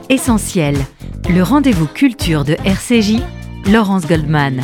Essentiel, le rendez-vous culture de RCJ, Laurence Goldman.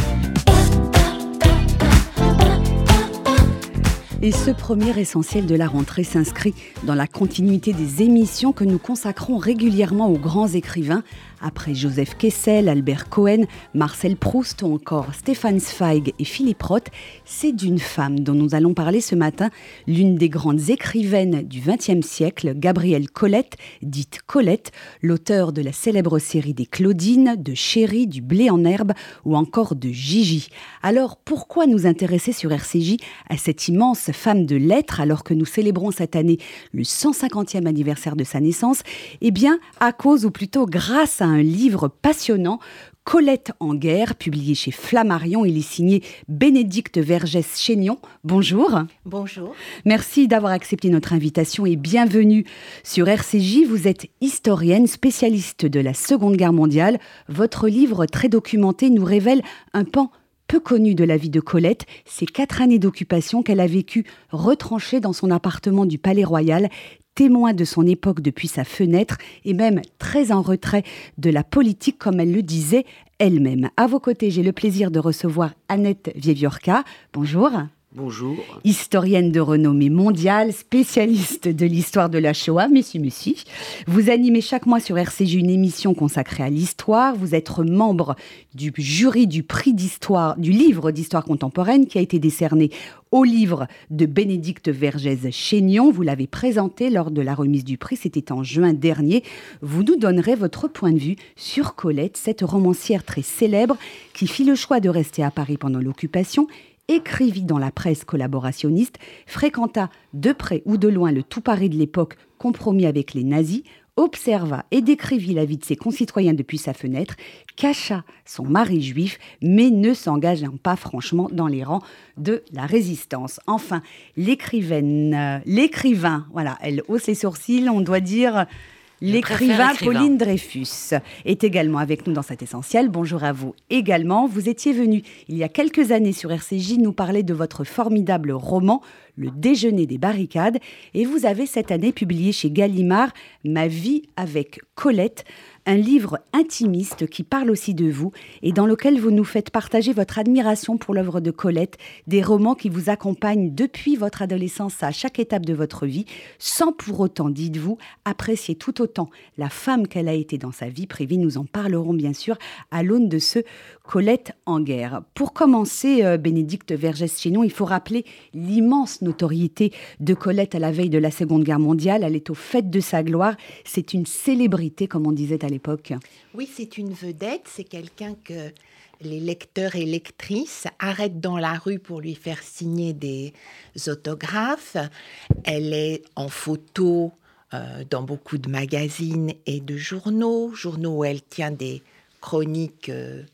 Et ce premier essentiel de la rentrée s'inscrit dans la continuité des émissions que nous consacrons régulièrement aux grands écrivains. Après Joseph Kessel, Albert Cohen, Marcel Proust ou encore Stefan Zweig et Philippe Roth, c'est d'une femme dont nous allons parler ce matin, l'une des grandes écrivaines du XXe siècle, Gabrielle Colette, dite Colette, l'auteure de la célèbre série des Claudines, de Chéri, du Blé en herbe ou encore de Gigi. Alors pourquoi nous intéresser sur RCJ à cette immense femme de lettres alors que nous célébrons cette année le 150e anniversaire de sa naissance? Eh bien, à cause ou plutôt grâce à un livre passionnant, Colette en guerre, publié chez Flammarion. Il est signé Bénédicte Vergès-Chaignon. Bonjour. Bonjour. Merci d'avoir accepté notre invitation et bienvenue sur RCJ. Vous êtes historienne, spécialiste de la Seconde Guerre mondiale. Votre livre très documenté nous révèle un pan peu connu de la vie de Colette, ces 4 années d'occupation qu'elle a vécues retranchée dans son appartement du Palais Royal, témoin de son époque depuis sa fenêtre et même très en retrait de la politique comme elle le disait elle-même. À vos côtés, j'ai le plaisir de recevoir Annette Wiewiórka. Bonjour. Bonjour. Historienne de renommée mondiale, spécialiste de l'histoire de la Shoah, messi. Vous animez chaque mois sur RCJ une émission consacrée à l'histoire. Vous êtes membre du jury du prix d'histoire, du livre d'histoire contemporaine qui a été décerné au livre de Bénédicte Vergès-Chaignon. Vous l'avez présenté lors de la remise du prix, c'était en juin dernier. Vous nous donnerez votre point de vue sur Colette, cette romancière très célèbre qui fit le choix de rester à Paris pendant l'occupation, écrivit dans la presse collaborationniste, fréquenta de près ou de loin le tout Paris de l'époque compromis avec les nazis, observa et décrivit la vie de ses concitoyens depuis sa fenêtre, cacha son mari juif, mais ne s'engageant pas franchement dans les rangs de la résistance. Enfin, l'écrivain, voilà, elle hausse les sourcils, on doit dire... L'écrivain Pauline Dreyfus est également avec nous dans cet essentiel. Bonjour à vous également. Vous étiez venu il y a quelques années sur RCJ nous parler de votre formidable roman, Le Déjeuner des barricades. Et vous avez cette année publié chez Gallimard Ma vie avec Colette, un livre intimiste qui parle aussi de vous et dans lequel vous nous faites partager votre admiration pour l'œuvre de Colette, des romans qui vous accompagnent depuis votre adolescence à chaque étape de votre vie, sans pour autant, dites-vous, apprécier tout autant la femme qu'elle a été dans sa vie privée. Nous en parlerons bien sûr à l'aune de ce Colette en guerre. Pour commencer, Bénédicte Vergès-Chaignon, il faut rappeler l'immense notoriété de Colette à la veille de la Seconde Guerre mondiale. Elle est au faîte de sa gloire. C'est une célébrité, comme on disait à l'époque. Oui, c'est une vedette. C'est quelqu'un que les lecteurs et lectrices arrêtent dans la rue pour lui faire signer des autographes. Elle est en photo dans beaucoup de magazines et de journaux où elle tient des chroniques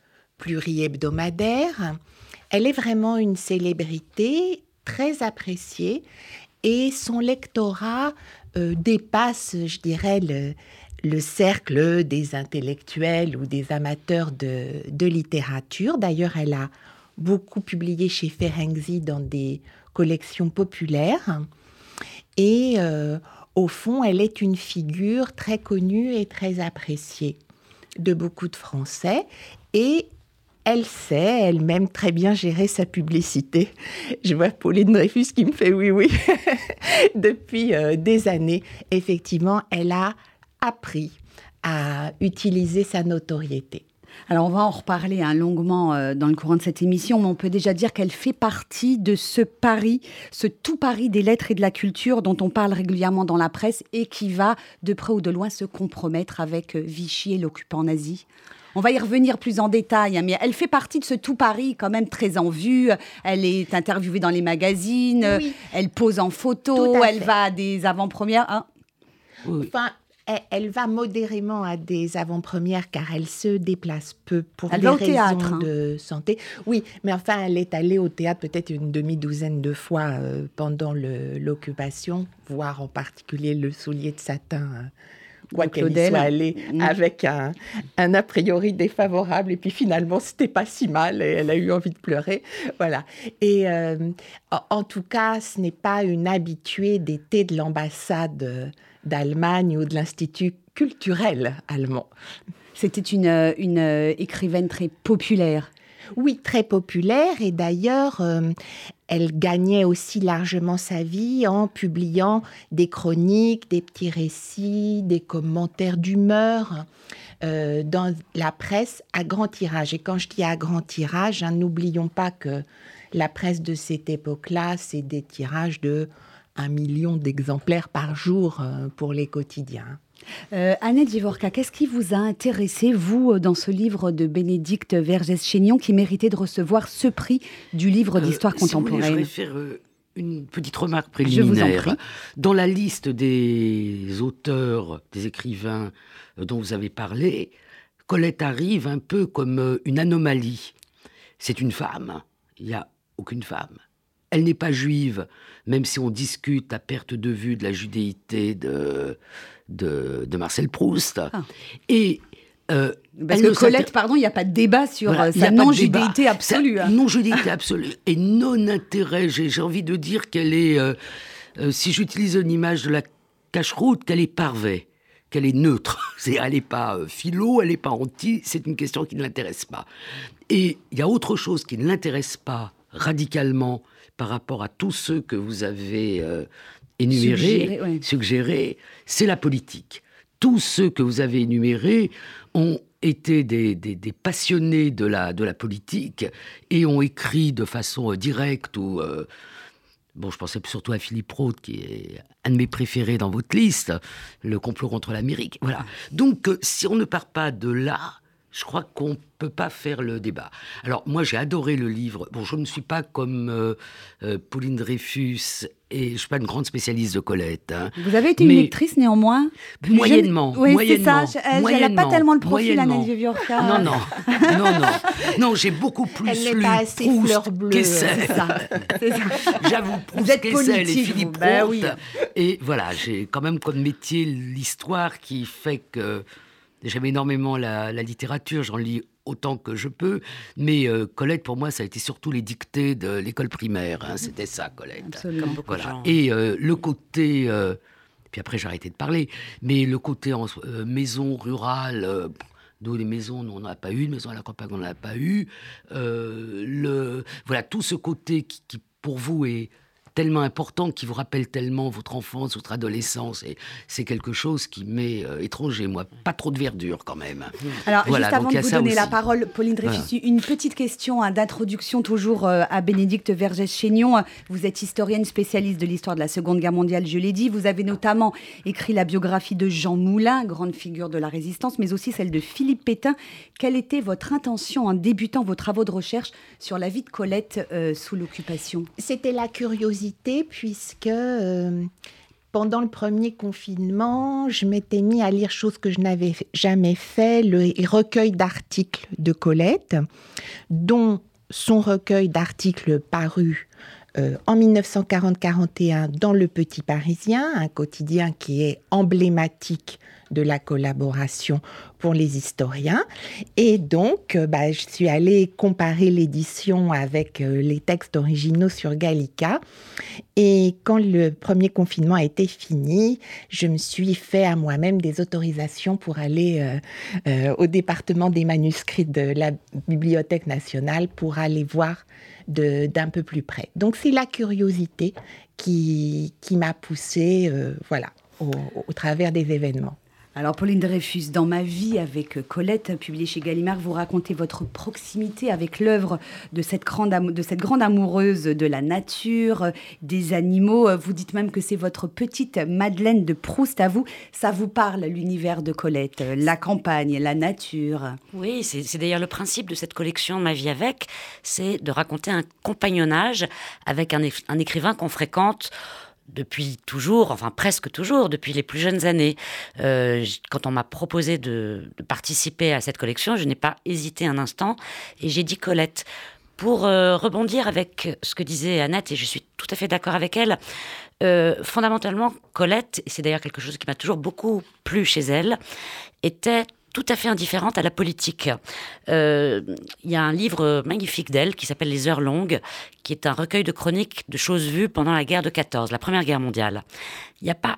pluri-hebdomadaires. Elle est vraiment une célébrité très appréciée et son lectorat dépasse, je dirais, le cercle des intellectuels ou des amateurs de littérature. D'ailleurs, elle a beaucoup publié chez Ferenczi dans des collections populaires. Et au fond, elle est une figure très connue et très appréciée de beaucoup de Français. Et elle sait elle-même très bien gérer sa publicité. Je vois Pauline Dreyfus qui me fait oui. Depuis des années, effectivement, elle a appris à utiliser sa notoriété. Alors, on va en reparler longuement dans le courant de cette émission, mais on peut déjà dire qu'elle fait partie de ce Paris, ce tout Paris des lettres et de la culture dont on parle régulièrement dans la presse et qui va, de près ou de loin, se compromettre avec Vichy et l'occupant nazi. On va y revenir plus en détail, mais elle fait partie de ce tout Paris quand même très en vue. Elle est interviewée dans les magazines, oui. Elle pose en photo, elle va à des avant-premières. Hein. Oui. Enfin, elle va modérément à des avant-premières car elle se déplace peu pour des raisons de santé. Oui, mais enfin, elle est allée au théâtre peut-être une demi-douzaine de fois pendant l'occupation, voire en particulier le soulier de satin. Quoi qu'elle y soit allée avec un a priori défavorable, et puis finalement, c'était pas si mal, et elle a eu envie de pleurer, voilà. Et en tout cas, ce n'est pas une habituée des thés de l'ambassade d'Allemagne ou de l'Institut culturel allemand. C'était une écrivaine très populaire. Oui, très populaire, et d'ailleurs, elle gagnait aussi largement sa vie en publiant des chroniques, des petits récits, des commentaires d'humeur dans la presse à grand tirage. Et quand je dis à grand tirage, n'oublions pas que la presse de cette époque-là, c'est des tirages de 1 million d'exemplaires par jour pour les quotidiens. Annette Givorka, qu'est-ce qui vous a intéressé, vous, dans ce livre de Bénédicte Vergès-Chaignon, qui méritait de recevoir ce prix du livre d'histoire contemporaine? Si vous voulez, je vais faire une petite remarque préliminaire. Je vous en prie. Dans la liste des auteurs, des écrivains dont vous avez parlé, Colette arrive un peu comme une anomalie. C'est une femme, il n'y a aucune femme. Elle n'est pas juive, même si on discute à perte de vue de la judéité de Marcel Proust. Ah. Et parce que Colette, pardon, il n'y a pas de débat sur sa non-judéité absolue. Non-judéité absolue et non-intérêt. J'ai envie de dire qu'elle est, si j'utilise une image de la cache-route, qu'elle est parvée, qu'elle est neutre. Elle n'est pas philo, elle n'est pas anti, c'est une question qui ne l'intéresse pas. Et il y a autre chose qui ne l'intéresse pas radicalement par rapport à tous ceux que vous avez suggérés, c'est la politique. Tous ceux que vous avez énumérés ont été des passionnés de la politique et ont écrit de façon directe ou... je pensais surtout à Philippe Roth, qui est un de mes préférés dans votre liste, Le complot contre l'Amérique. Voilà. Donc, si on ne part pas de là, je crois qu'on ne peut pas faire le débat. Alors, moi, j'ai adoré le livre. Bon, je ne suis pas comme Pauline Dreyfus et je ne suis pas une grande spécialiste de Colette. Vous avez été une lectrice, néanmoins? Moyennement. Oui, moyennement, c'est ça. Elle n'a pas tellement le profil, Annette Givorka. Non, j'ai beaucoup plus lu Elle n'est pas assez fleur bleue. C'est ça. J'avoue, Proust, Kessel et Philippe Roth. Oui. Et voilà, j'ai quand même comme métier l'histoire qui fait que... J'aime énormément la littérature, j'en lis autant que je peux, mais Colette, pour moi, ça a été surtout les dictées de l'école primaire. C'était ça, Colette. Absolument. Comme beaucoup de gens. Et le côté... puis après, j'ai arrêté de parler. Mais le côté maison rurale... D'où les maisons, nous, on n'en a pas eu. Une maison à la campagne, on n'en a pas eu. Voilà, tout ce côté qui, pour vous, est tellement important, qui vous rappelle tellement votre enfance, votre adolescence. Et c'est quelque chose qui m'est étranger, moi. Pas trop de verdure, quand même. Alors, voilà, juste avant de vous donner la parole, Pauline Dreyfus, une petite question d'introduction, toujours à Bénédicte Vergès-Chaignon. Vous êtes historienne spécialiste de l'histoire de la Seconde Guerre mondiale, je l'ai dit. Vous avez notamment écrit la biographie de Jean Moulin, grande figure de la Résistance, mais aussi celle de Philippe Pétain. Quelle était votre intention en débutant vos travaux de recherche sur la vie de Colette sous l'occupation? C'était la curiosité, puisque pendant le premier confinement, je m'étais mis à lire, chose que je n'avais jamais fait, le recueil d'articles de Colette, dont son recueil d'articles paru en 1940-41 dans Le Petit Parisien, un quotidien qui est emblématique de la collaboration pour les historiens. Et donc, je suis allée comparer l'édition avec les textes originaux sur Gallica. Et quand le premier confinement a été fini, je me suis fait à moi-même des autorisations pour aller au département des manuscrits de la Bibliothèque nationale pour aller voir d'un peu plus près. Donc, c'est la curiosité qui m'a poussée au travers des événements. Alors, Pauline Dreyfus, dans Ma vie avec Colette, publiée chez Gallimard, vous racontez votre proximité avec l'œuvre de cette grande amoureuse de la nature, des animaux. Vous dites même que c'est votre petite Madeleine de Proust à vous. Ça vous parle, l'univers de Colette, la campagne, la nature. Oui, c'est d'ailleurs le principe de cette collection Ma vie avec, c'est de raconter un compagnonnage avec un écrivain qu'on fréquente depuis toujours, enfin presque toujours, depuis les plus jeunes années. Quand on m'a proposé de participer à cette collection, je n'ai pas hésité un instant et j'ai dit Colette. Pour rebondir avec ce que disait Annette, et je suis tout à fait d'accord avec elle, fondamentalement, Colette, et c'est d'ailleurs quelque chose qui m'a toujours beaucoup plu chez elle, était tout à fait indifférente à la politique. Il y a un livre magnifique d'elle qui s'appelle Les Heures longues, qui est un recueil de chroniques de choses vues pendant la guerre de 14, la Première Guerre mondiale. Il n'y a pas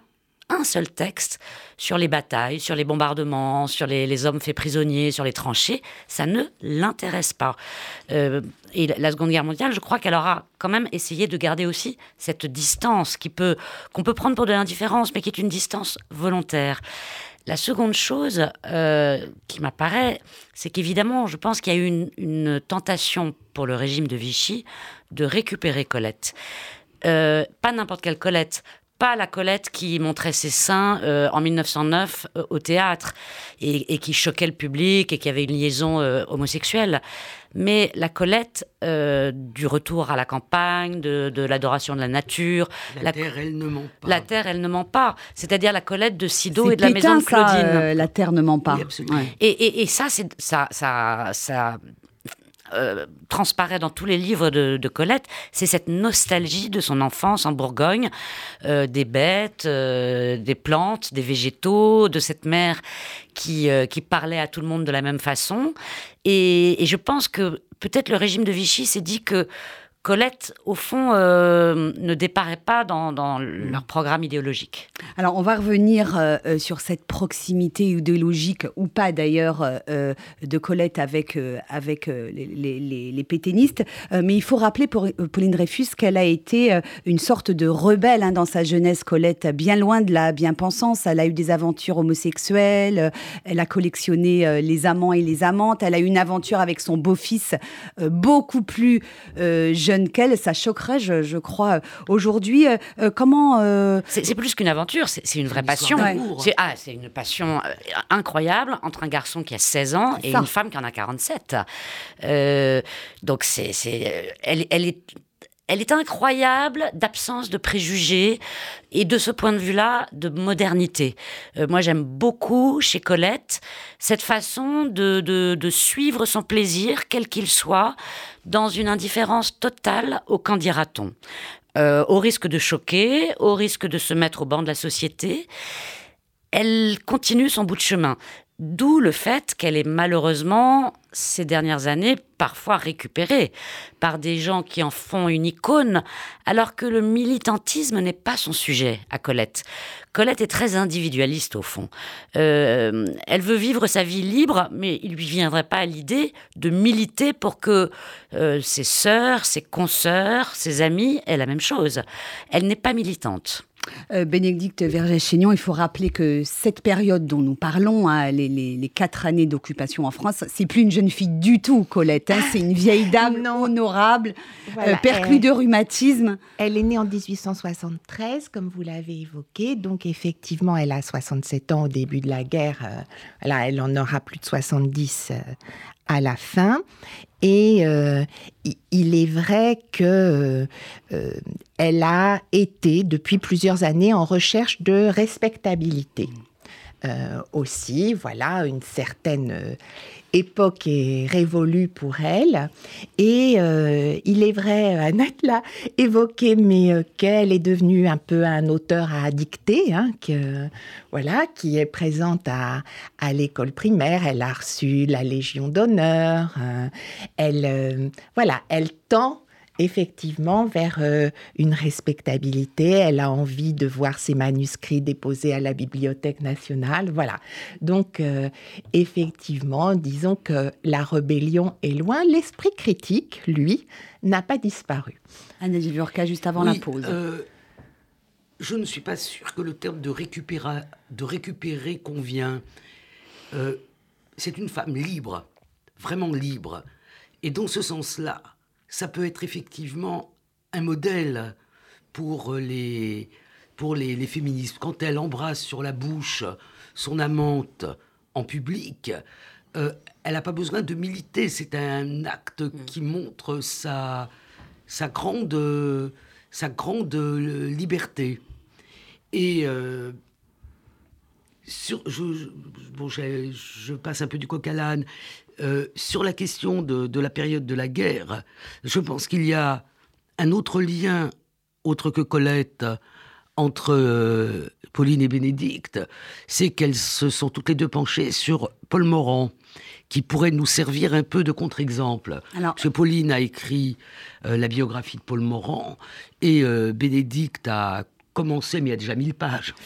un seul texte sur les batailles, sur les bombardements, sur les hommes faits prisonniers, sur les tranchées. Ça ne l'intéresse pas. Et la Seconde Guerre mondiale, je crois qu'elle aura quand même essayé de garder aussi cette distance qu'on peut prendre pour de l'indifférence, mais qui est une distance volontaire. La seconde chose qui m'apparaît, c'est qu'évidemment, je pense qu'il y a eu une tentation pour le régime de Vichy de récupérer Colette. Pas n'importe quelle Colette, pas la Colette qui montrait ses seins en 1909 au théâtre et qui choquait le public et qui avait une liaison homosexuelle, mais la Colette du retour à la campagne, de l'adoration de la nature. La terre, elle ne ment pas. La terre, elle ne ment pas. C'est-à-dire la Colette de Cîteaux C'est et de la Pétain, maison de Claudine. Ça, la terre ne ment pas. Oui, absolument. Ouais. Et ça, ça transparaît dans tous les livres de Colette, c'est cette nostalgie de son enfance en Bourgogne, des bêtes, des plantes, des végétaux, de cette mère qui parlait à tout le monde de la même façon. Et je pense que peut-être le régime de Vichy s'est dit que Colette, au fond, ne déparaît pas dans leur programme idéologique. Alors, on va revenir sur cette proximité idéologique, ou pas d'ailleurs, de Colette avec les pétainistes. Mais il faut rappeler pour Pauline Dreyfus qu'elle a été une sorte de rebelle dans sa jeunesse, Colette, bien loin de la bien-pensance. Elle a eu des aventures homosexuelles, elle a collectionné les amants et les amantes, elle a eu une aventure avec son beau-fils beaucoup plus jeune qu'elle. Ça choquerait, je crois, aujourd'hui. Comment... C'est plus qu'une aventure, c'est une vraie passion. C'est une passion incroyable entre un garçon qui a 16 ans et une femme qui en a 47. Donc elle est incroyable d'absence de préjugés et de ce point de vue-là, de modernité. Moi, j'aime beaucoup chez Colette cette façon de suivre son plaisir, quel qu'il soit, dans une indifférence totale au qu'en dira-t-on. Au risque de choquer, au risque de se mettre au banc de la société, elle continue son bout de chemin. D'où le fait qu'elle est malheureusement, ces dernières années, parfois récupérée par des gens qui en font une icône, alors que le militantisme n'est pas son sujet à Colette. Colette est très individualiste au fond. Elle veut vivre sa vie libre, mais il lui viendrait pas à l'idée de militer pour que ses sœurs, ses consoeurs, ses amis aient la même chose. Elle n'est pas militante. Bénédicte Vergès-Chaignon, il faut rappeler que cette période dont nous parlons, les 4 années d'occupation en France, c'est plus une jeune fille du tout, Colette. C'est une vieille dame honorable, voilà, perclue de rhumatisme. Elle est née en 1873, comme vous l'avez évoqué. Donc effectivement, elle a 67 ans au début de la guerre. Elle en aura plus de 70 à la fin. Et il est vrai que elle a été, depuis plusieurs années, en recherche de respectabilité. Aussi, voilà, une certaine époque est révolue pour elle. Et il est vrai, Annette l'a évoqué, mais qu'elle est devenue un peu un auteur à dicter, qui est présente à l'école primaire. Elle a reçu la Légion d'honneur. Elle tend effectivement vers une respectabilité. Elle a envie de voir ses manuscrits déposés à la Bibliothèque nationale. Voilà. Donc, effectivement, disons que la rébellion est loin. L'esprit critique, lui, n'a pas disparu. Anna Givorca, juste avant la pause. Je ne suis pas sûre que le terme de récupérer convient. C'est une femme libre, vraiment libre. Et dans ce sens-là, ça peut être effectivement un modèle pour les féministes. Quand elle embrasse sur la bouche son amante en public, elle n'a pas besoin de militer. C'est un acte qui montre sa grande liberté. Et je passe un peu du coq à l'âne. Sur la question de la période de la guerre, je pense qu'il y a un autre lien, autre que Colette, entre Pauline et Bénédicte, c'est qu'elles se sont toutes les deux penchées sur Paul Morand, qui pourrait nous servir un peu de contre-exemple. Parce que Pauline a écrit la biographie de Paul Morand, et Bénédicte a commencé, mais il y a déjà 1000 pages,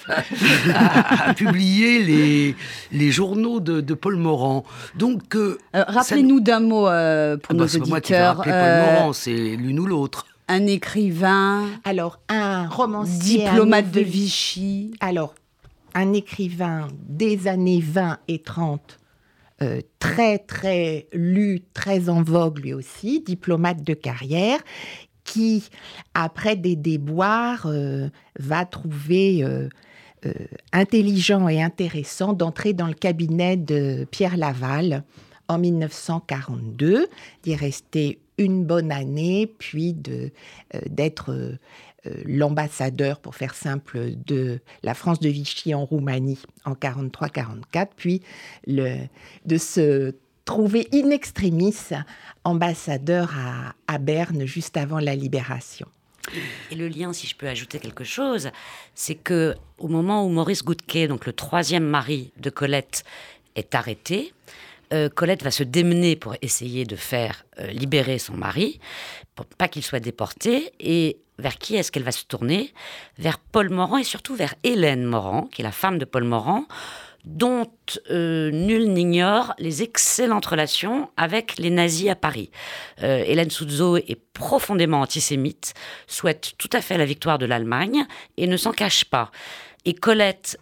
à publier les journaux de Paul Morand. Donc, rappelez-nous d'un mot pour nos auditeurs. C'est pas moi qui vais rappeler Paul Morand, c'est l'une ou l'autre. Un écrivain. Alors, un romancier. Diplomate de Vichy. Alors, un écrivain des années 20 et 30, très, très lu, très en vogue lui aussi, diplomate de carrière, qui, après des déboires, va trouver intelligent et intéressant d'entrer dans le cabinet de Pierre Laval en 1942, d'y rester une bonne année, puis d'être l'ambassadeur, pour faire simple, de la France de Vichy en Roumanie en 43-44, puis de se trouvé in extremis ambassadeur à Berne juste avant la libération. Et le lien, si je peux ajouter quelque chose, c'est que au moment où Maurice Goudquet, donc le 3e mari de Colette, est arrêté, Colette va se démener pour essayer de faire libérer son mari, pour pas qu'il soit déporté. Et vers qui est-ce qu'elle va se tourner ? Vers Paul Morand et surtout vers Hélène Morand, qui est la femme de Paul Morand, dont nul n'ignore les excellentes relations avec les nazis à Paris. Hélène Suzzo est profondément antisémite, souhaite tout à fait la victoire de l'Allemagne et ne s'en cache pas. Et Colette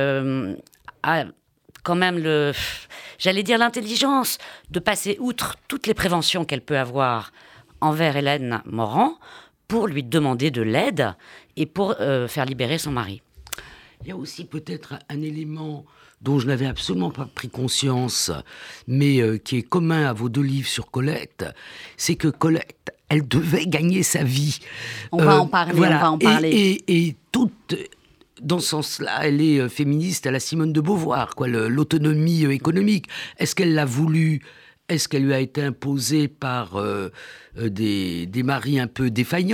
a quand même l'intelligence de passer outre toutes les préventions qu'elle peut avoir envers Hélène Morand pour lui demander de l'aide et pour faire libérer son mari. Il y a aussi peut-être un élément dont je n'avais absolument pas pris conscience, mais qui est commun à vos 2 livres sur Colette, c'est que Colette, elle devait gagner sa vie. On va en parler. Et toute, dans ce sens-là, elle est féministe à la Simone de Beauvoir, quoi, l'autonomie économique. Est-ce qu'elle l'a voulu ? Est-ce qu'elle lui a été imposée par des maris un peu défaillants ?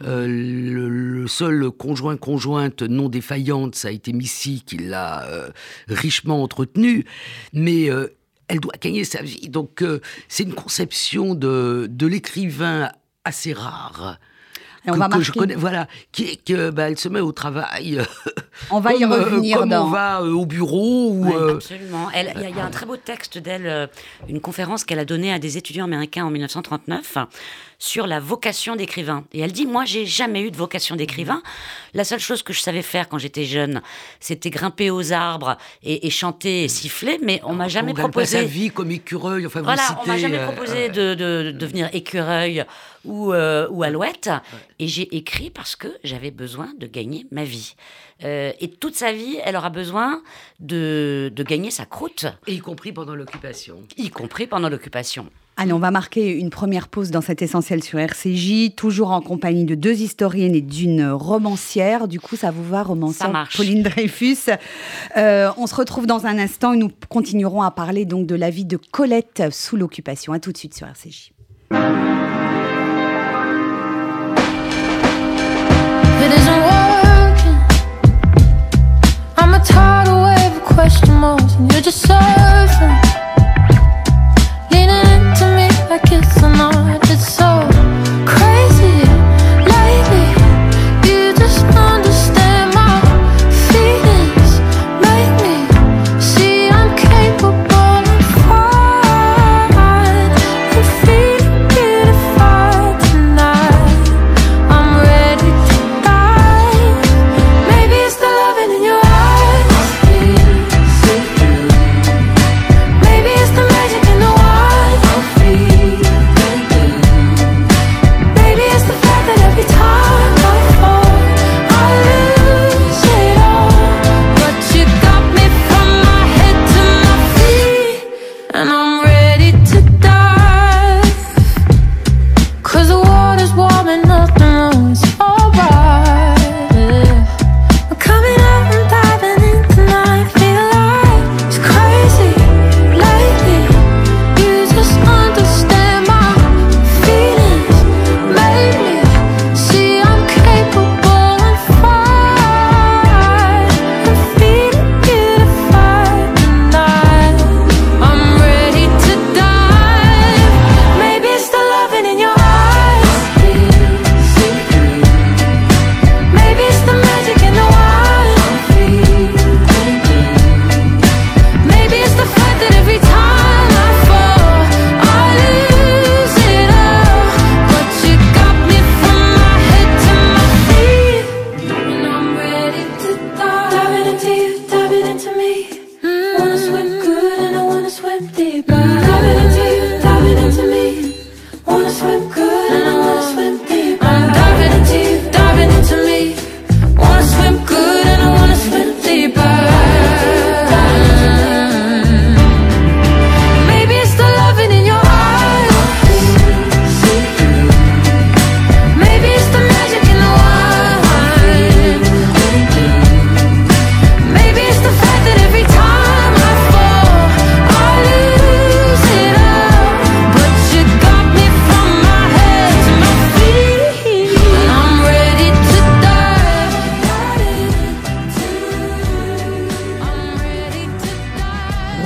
Le seul conjointe non défaillante, ça a été Missy qui l'a richement entretenue, mais elle doit gagner sa vie. Donc c'est une conception de l'écrivain assez rare. Et on va marquer... je connais, voilà, elle se met au travail. On va y revenir comme on va au bureau. Oui, absolument. Il y a un très beau texte d'elle, une conférence qu'elle a donnée à des étudiants américains en 1939 sur la vocation d'écrivain. Et elle dit, moi, j'ai jamais eu de vocation d'écrivain. La seule chose que je savais faire quand j'étais jeune, c'était grimper aux arbres et chanter et siffler, mais on m'a jamais proposé... sa vie comme écureuil, enfin, voilà, vous citez, on m'a jamais proposé de devenir écureuil ou alouette. Et j'ai écrit parce que j'avais besoin de gagner ma vie. Et toute sa vie, elle aura besoin de gagner sa croûte. Et y compris pendant l'occupation. Allez, on va marquer une première pause dans cet essentiel sur RCJ, toujours en compagnie de 2 historiennes et d'une romancière. Du coup, ça vous va, romancière Pauline Dreyfus. On se retrouve dans un instant et nous continuerons à parler donc de la vie de Colette sous l'occupation. À tout de suite sur RCJ. It isn't working. I'm a tidal wave of question marks, and you're just surfing, leaning into me like it's a knot. It's so crazy lately. You just understand my feelings, make me see I'm capable of flying and feeling beautified tonight. I'm ready to dive. Maybe it's the loving in your eyes.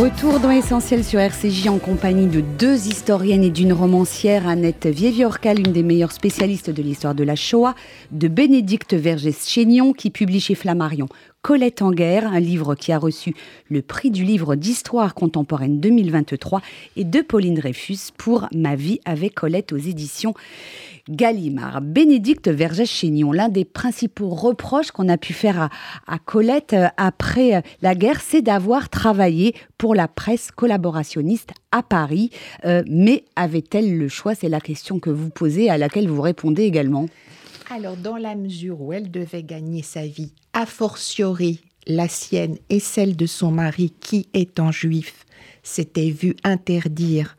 Retour dans Essentiel sur RCJ en compagnie de 2 historiennes et d'une romancière, Annette Vieviorca, l'une des meilleures spécialistes de l'histoire de la Shoah, de Bénédicte Vergès-Chaignon qui publie chez Flammarion Colette en guerre, un livre qui a reçu le prix du livre d'histoire contemporaine 2023, et de Pauline Dreyfus pour Ma vie avec Colette aux éditions Gallimard. Bénédicte Vergès-Chaignon, l'un des principaux reproches qu'on a pu faire à Colette après la guerre, c'est d'avoir travaillé pour la presse collaborationniste à Paris. Mais avait-elle le choix ? C'est la question que vous posez, à laquelle vous répondez également. Alors, dans la mesure où elle devait gagner sa vie, a fortiori la sienne et celle de son mari, qui, étant juif, s'était vu interdire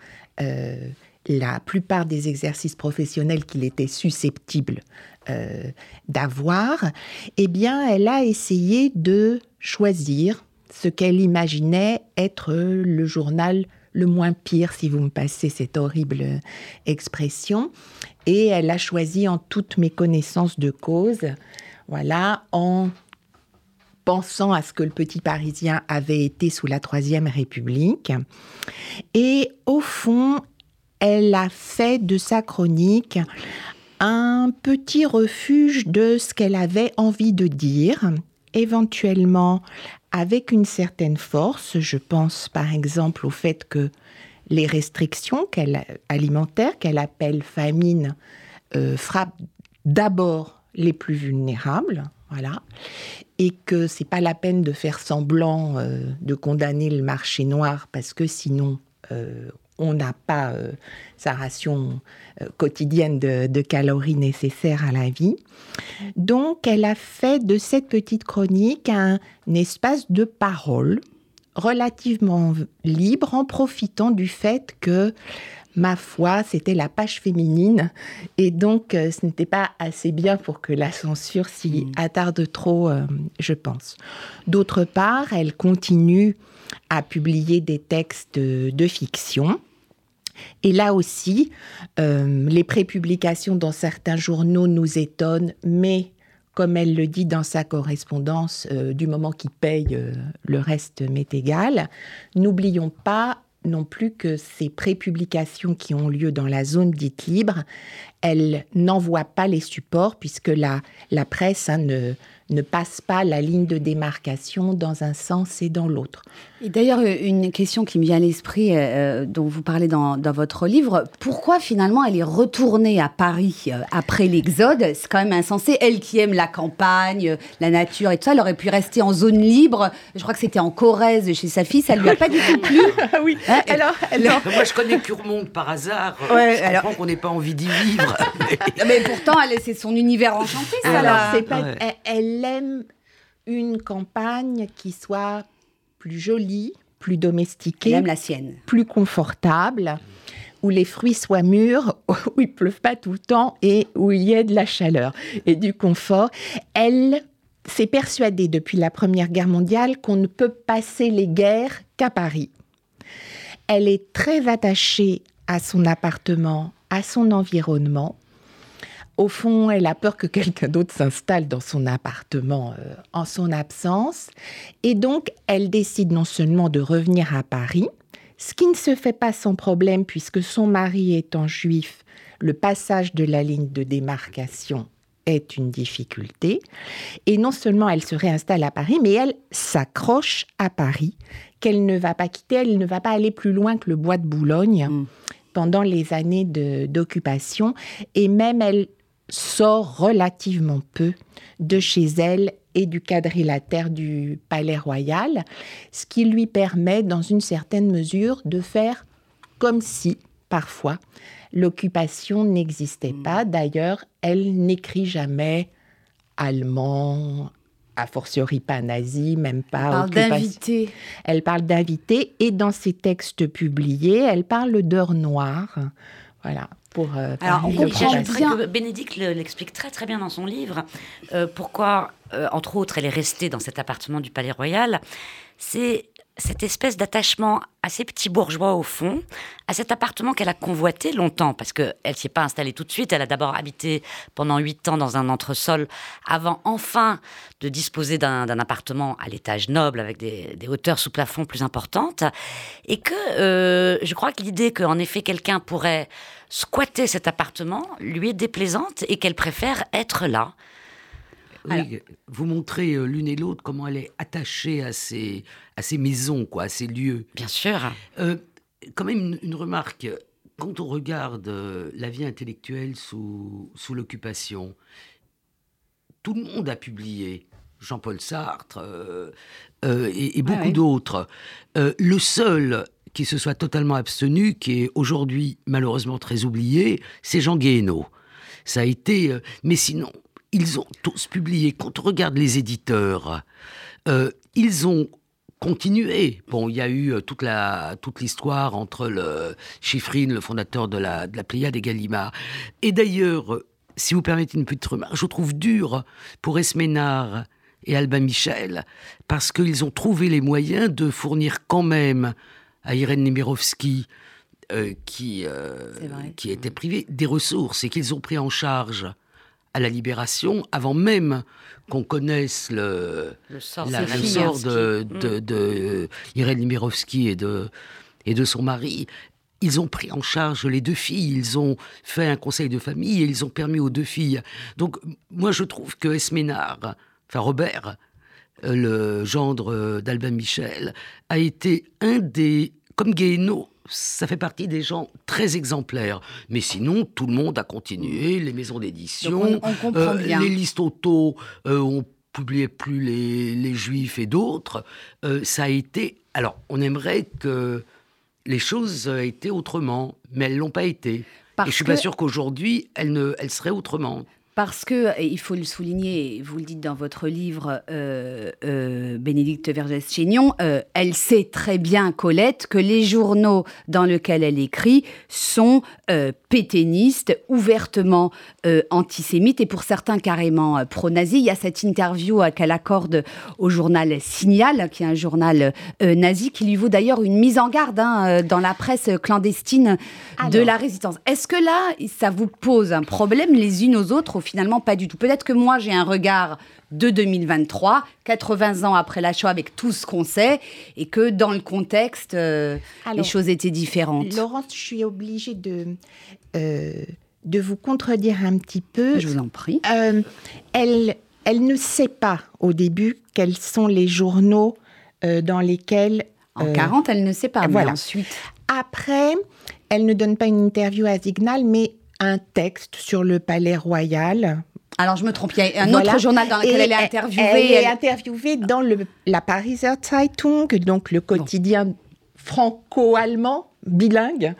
la plupart des exercices professionnels qu'il était susceptible d'avoir, eh bien, elle a essayé de choisir ce qu'elle imaginait être le journal le moins pire, si vous me passez cette horrible expression. Et elle a choisi en toute méconnaissance de cause, voilà, en pensant à ce que le Petit Parisien avait été sous la Troisième République. Et au fond, elle a fait de sa chronique un petit refuge de ce qu'elle avait envie de dire, éventuellement avec une certaine force. Je pense par exemple au fait que les restrictions alimentaires qu'elle appelle famine frappent d'abord les plus vulnérables, voilà, et que c'est pas la peine de faire semblant de condamner le marché noir parce que sinon on n'a pas sa ration quotidienne de calories nécessaires à la vie. Donc, elle a fait de cette petite chronique un espace de parole relativement libre, en profitant du fait que, ma foi, c'était la page féminine, et donc ce n'était pas assez bien pour que la censure s'y attarde trop, je pense. D'autre part, elle continue à publier des textes de fiction. Et là aussi, les prépublications dans certains journaux nous étonnent, mais comme elle le dit dans sa correspondance, du moment qu'il paye, le reste m'est égal. N'oublions pas non plus que ces prépublications qui ont lieu dans la zone dite libre, elle n'envoie pas les supports puisque la presse ne passe pas la ligne de démarcation dans un sens et dans l'autre. Et d'ailleurs, une question qui me vient à l'esprit, dont vous parlez dans votre livre, pourquoi finalement elle est retournée à Paris après l'Exode ? C'est quand même insensé. Elle qui aime la campagne, la nature et tout ça, elle aurait pu rester en zone libre. Je crois que c'était en Corrèze chez sa fille, ça lui a pas du tout plu. Oui. Hein, alors... Moi, je connais Curmonde par hasard. Ouais, je comprends qu'on n'ait pas envie d'y vivre. Mais pourtant, c'est son univers enchanté, ça. Alors, là. c'est pas... Elle aime une campagne qui soit plus jolie, plus domestiquée. Elle aime la sienne. Plus confortable, où les fruits soient mûrs, où il ne pleuve pas tout le temps et où il y ait de la chaleur et du confort. Elle s'est persuadée depuis la Première Guerre mondiale qu'on ne peut passer les guerres qu'à Paris. Elle est très attachée à son appartement, à son environnement. Au fond, elle a peur que quelqu'un d'autre s'installe dans son appartement en son absence. Et donc, elle décide non seulement de revenir à Paris, ce qui ne se fait pas sans problème puisque son mari étant juif, le passage de la ligne de démarcation est une difficulté. Et non seulement elle se réinstalle à Paris, mais elle s'accroche à Paris, qu'elle ne va pas quitter. Elle ne va pas aller plus loin que le bois de Boulogne pendant les années d'occupation. Et même elle sort relativement peu de chez elle et du quadrilatère du Palais Royal, ce qui lui permet, dans une certaine mesure, de faire comme si, parfois, l'occupation n'existait pas. D'ailleurs, elle n'écrit jamais allemand, a fortiori pas nazi, même pas Elle parle d'invité. Elle parle d'invité, et dans ses textes publiés, elle parle d'heures noires. Voilà. Alors, on comprend bien que Bénédicte l'explique très très bien dans son livre. Pourquoi, entre autres, elle est restée dans cet appartement du Palais Royal. C'est cette espèce d'attachement assez petit bourgeois au fond, à cet appartement qu'elle a convoité longtemps, parce qu'elle ne s'y est pas installée tout de suite, elle a d'abord habité pendant 8 ans dans un entresol, avant enfin de disposer d'un appartement à l'étage noble, avec des hauteurs sous plafond plus importantes, et que je crois que l'idée qu'en effet quelqu'un pourrait squatter cet appartement lui est déplaisante, et qu'elle préfère être là. Oui, alors, vous montrez l'une et l'autre comment elle est attachée à ces maisons, quoi, à ces lieux. Bien sûr. Quand même une remarque, quand on regarde la vie intellectuelle sous l'occupation, tout le monde a publié, Jean-Paul Sartre et beaucoup d'autres. Le seul qui se soit totalement abstenu, qui est aujourd'hui malheureusement très oublié, c'est Jean Guéhenno. Ça a été... mais sinon... Ils ont tous publié. Quand on regarde les éditeurs, ils ont continué. Bon, il y a eu toute l'histoire entre le Chiffrine, le fondateur de la Pléiade, et Gallimard. Et d'ailleurs, si vous permettez une petite remarque, je trouve dur pour Esménard et Albin Michel, parce qu'ils ont trouvé les moyens de fournir quand même à Irène Nemirovsky, qui était privée, des ressources, et qu'ils ont pris en charge à la Libération, avant même qu'on connaisse le sort de Irène Nemirovsky et de son mari. Ils ont pris en charge les 2 filles, ils ont fait un conseil de famille et ils ont permis aux 2 filles. Donc, moi, je trouve que Esménard, enfin Robert, le gendre d'Albin Michel, a été un des, comme Guéhenno, ça fait partie des gens très exemplaires. Mais sinon, tout le monde a continué, les maisons d'édition, on comprend bien. Les listes auto, on publiait plus les Juifs et d'autres. Ça a été... Alors, on aimerait que les choses aient été autrement, mais elles ne l'ont pas été. Et je ne suis pas sûr qu'aujourd'hui, elles seraient autrement. Parce que, il faut le souligner, vous le dites dans votre livre, Bénédicte Vergès-Chaignon, elle sait très bien, Colette, que les journaux dans lesquels elle écrit sont pétainistes, ouvertement antisémites et pour certains carrément pro-nazis. Il y a cette interview qu'elle accorde au journal Signal, qui est un journal nazi, qui lui vaut d'ailleurs une mise en garde dans la presse clandestine de la Résistance. Est-ce que là, ça vous pose un problème les unes aux autres? Finalement, pas du tout. Peut-être que moi, j'ai un regard de 2023, 80 ans après la Shoah, avec tout ce qu'on sait, et que dans le contexte, les choses étaient différentes. Laurence, je suis obligée de vous contredire un petit peu. Je vous en prie. Elle ne sait pas, au début, quels sont les journaux dans lesquels... En 40, elle ne sait pas, voilà. Mais ensuite... Après, elle ne donne pas une interview à Signal, mais un texte sur le Palais Royal. Alors, je me trompe, il y a un autre journal dans lequel elle est interviewée. Elle est interviewée dans la Pariser Zeitung, donc le quotidien franco-allemand, bilingue,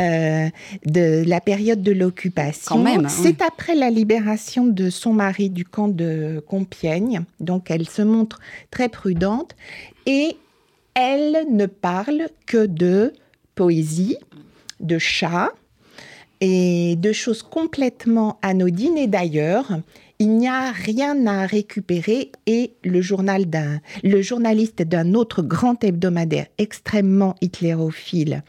de la période de l'occupation. Quand même, c'est après la libération de son mari du camp de Compiègne, donc elle se montre très prudente, et elle ne parle que de poésie, de chats, et de choses complètement anodines. Et d'ailleurs, il n'y a rien à récupérer. Et le journaliste d'un autre grand hebdomadaire extrêmement hitlérophile,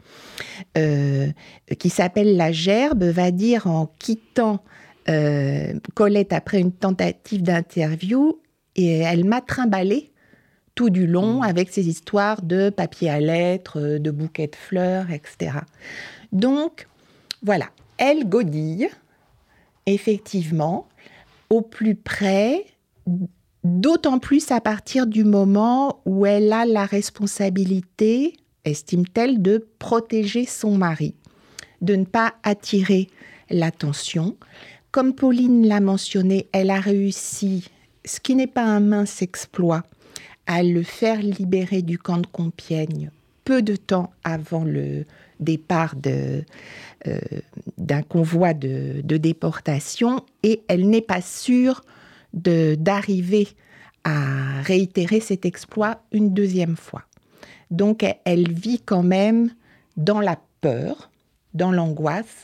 qui s'appelle La Gerbe, va dire en quittant Colette après une tentative d'interview, et elle m'a trimballé tout du long avec ses histoires de papier à lettres, de bouquets de fleurs, etc. Donc, voilà, elle godille, effectivement, au plus près, d'autant plus à partir du moment où elle a la responsabilité, estime-t-elle, de protéger son mari, de ne pas attirer l'attention. Comme Pauline l'a mentionné, elle a réussi, ce qui n'est pas un mince exploit, à le faire libérer du camp de Compiègne peu de temps avant le départ d'un convoi de déportation, et elle n'est pas sûre d'arriver à réitérer cet exploit une deuxième fois. Donc elle vit quand même dans la peur, dans l'angoisse,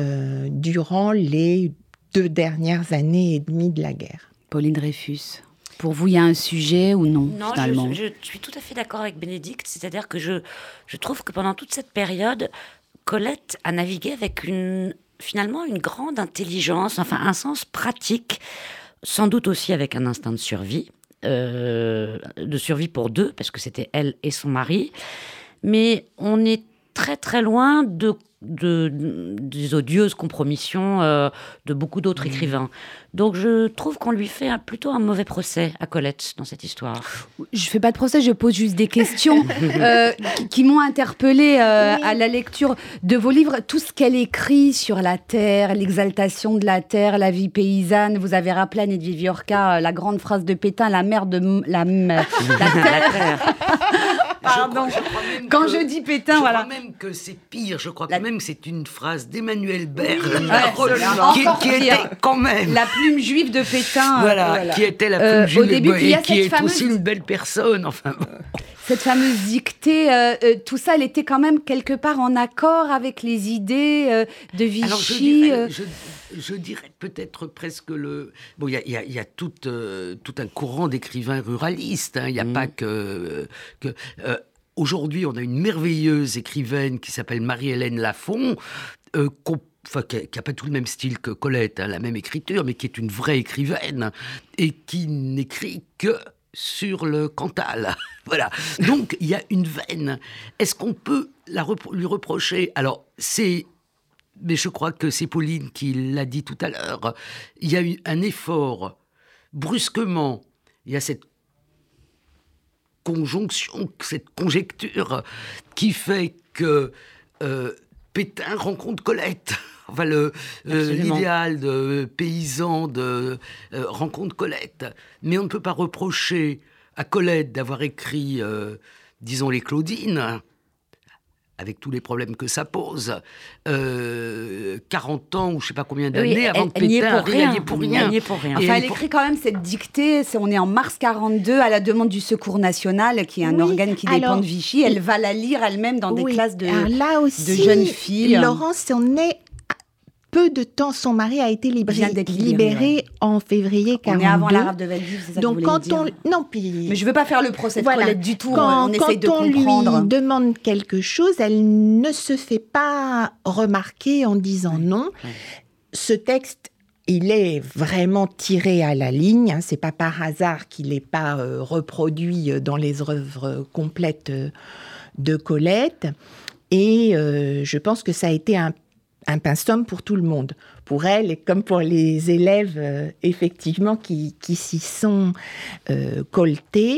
durant les 2 dernières années et demie de la guerre. Pauline Dreyfus. Pour vous, il y a un sujet ou non, Non, finalement? je suis tout à fait d'accord avec Bénédicte. C'est-à-dire que je trouve que pendant toute cette période, Colette a navigué avec finalement une grande intelligence, enfin un sens pratique, sans doute aussi avec un instinct de survie pour deux, parce que c'était elle et son mari. Mais on est très très loin des odieuses compromissions de beaucoup d'autres écrivains. Donc je trouve qu'on lui fait plutôt un mauvais procès à Colette dans cette histoire. Je fais pas de procès, je pose juste des questions qui m'ont interpellée à la lecture de vos livres. Tout ce qu'elle écrit sur la terre, l'exaltation de la terre, la vie paysanne. Vous avez rappelé à Nedvig Viorka la grande phrase de Pétain, la mère de la terre. Pardon. Quand je dis Pétain, voilà. Je crois même que c'est pire. Je crois même que c'est une phrase d'Emmanuel Bern, qui était quand même la plume juive de Pétain. Voilà, qui était la plume juive au début, et qui est aussi une belle personne. Enfin, bon. Cette fameuse dictée, tout ça, elle était quand même quelque part en accord avec les idées de Vichy. Alors je dirais peut-être presque Bon, il y a tout un courant d'écrivains ruralistes. Hein. Il n'y a pas que aujourd'hui, on a une merveilleuse écrivaine qui s'appelle Marie-Hélène Lafont, qui n'a pas tout le même style que Colette, hein, la même écriture, mais qui est une vraie écrivaine et qui n'écrit que sur le Cantal. Voilà. Donc, il y a une veine. Est-ce qu'on peut lui reprocher? Alors, mais je crois que c'est Pauline qui l'a dit tout à l'heure. Il y a eu un effort. Brusquement, il y a cette conjonction, cette conjecture qui fait que Pétain rencontre Colette. Enfin, l'idéal de paysan rencontre Colette. Mais on ne peut pas reprocher à Colette d'avoir écrit, disons, les Claudines, avec tous les problèmes que ça pose, 40 ans ou je ne sais pas combien d'années avant que Pétain arrive, pour rien. Enfin, elle écrit quand même cette dictée, on est en mars 42, à la demande du Secours National, qui est un organe qui dépend de Vichy. Elle va la lire elle-même dans des classes de jeunes filles. Laurence, on est... Peu de temps, son mari a été libéré en février 42. On est avant la rafle de Veldiv, c'est ça donc, que vous voulez dire. Mais je ne veux pas faire le procès de Colette du tout, on essaye de comprendre. Quand on lui demande quelque chose, elle ne se fait pas remarquer en disant non. Ce texte, il est vraiment tiré à la ligne. Hein. Ce n'est pas par hasard qu'il n'est pas reproduit dans les œuvres complètes de Colette. Et je pense que ça a été un pensum pour tout le monde, pour elle et comme pour les élèves, effectivement, qui s'y sont coltés.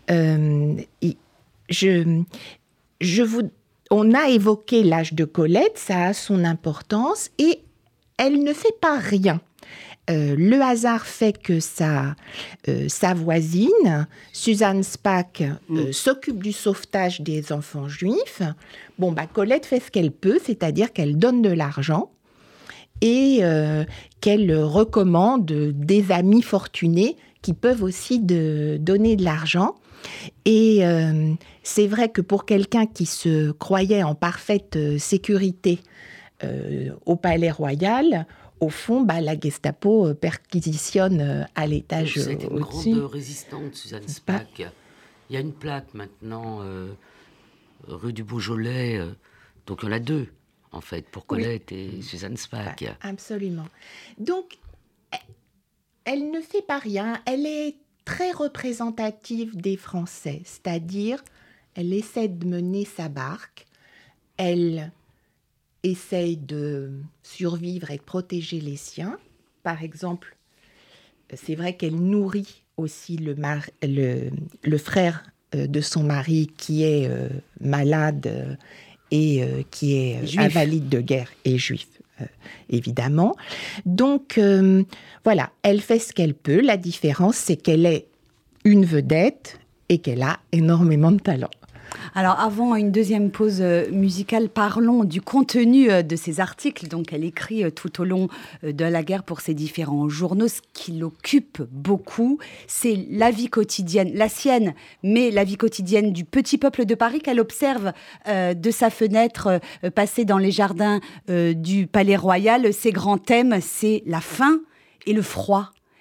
On a évoqué l'âge de Colette, ça a son importance, et elle ne fait pas rien. Le hasard fait que sa voisine, Suzanne Spaak, s'occupe du sauvetage des enfants juifs. Bon, Colette fait ce qu'elle peut, c'est-à-dire qu'elle donne de l'argent et qu'elle recommande des amis fortunés qui peuvent aussi donner de l'argent. Et c'est vrai que pour quelqu'un qui se croyait en parfaite sécurité au Palais Royal, au fond, la Gestapo perquisitionne à l'étage au-dessus. C'était une grande résistante, Suzanne Spaak. Il y a une plaque maintenant, rue du Beaujolais. Donc il y en a deux, en fait, pour Colette et Suzanne Spaak. Absolument. Donc, elle ne fait pas rien. Elle est très représentative des Français. C'est-à-dire, elle essaie de mener sa barque. Elle essaye de survivre et de protéger les siens. Par exemple, c'est vrai qu'elle nourrit aussi le frère de son mari qui est malade et qui est invalide de guerre et juif, évidemment. Donc, voilà, elle fait ce qu'elle peut. La différence, c'est qu'elle est une vedette et qu'elle a énormément de talent. Alors, avant une deuxième pause musicale, parlons du contenu de ces articles. Donc, elle écrit tout au long de la guerre pour ses différents journaux. Ce qui l'occupe beaucoup, c'est la vie quotidienne, la sienne, mais la vie quotidienne du petit peuple de Paris qu'elle observe de sa fenêtre passer dans les jardins du Palais Royal. Ses grands thèmes, c'est la faim et le froid.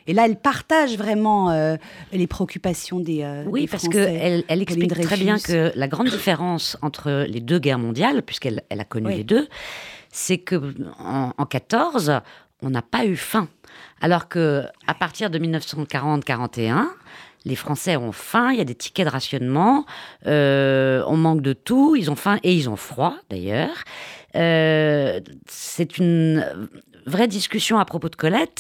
Et là, elle partage vraiment les préoccupations des Oui, des parce Français. qu'elle explique Pauline très bien Dreyfus. que la grande différence entre les deux guerres mondiales, puisqu'elle a connu Oui. les deux, c'est qu'en 14, on n'a pas eu faim. Alors qu'à partir de 1940-41, les Français ont faim, il y a des tickets de rationnement, on manque de tout, ils ont faim et ils ont froid d'ailleurs. C'est une vraie discussion à propos de Colette,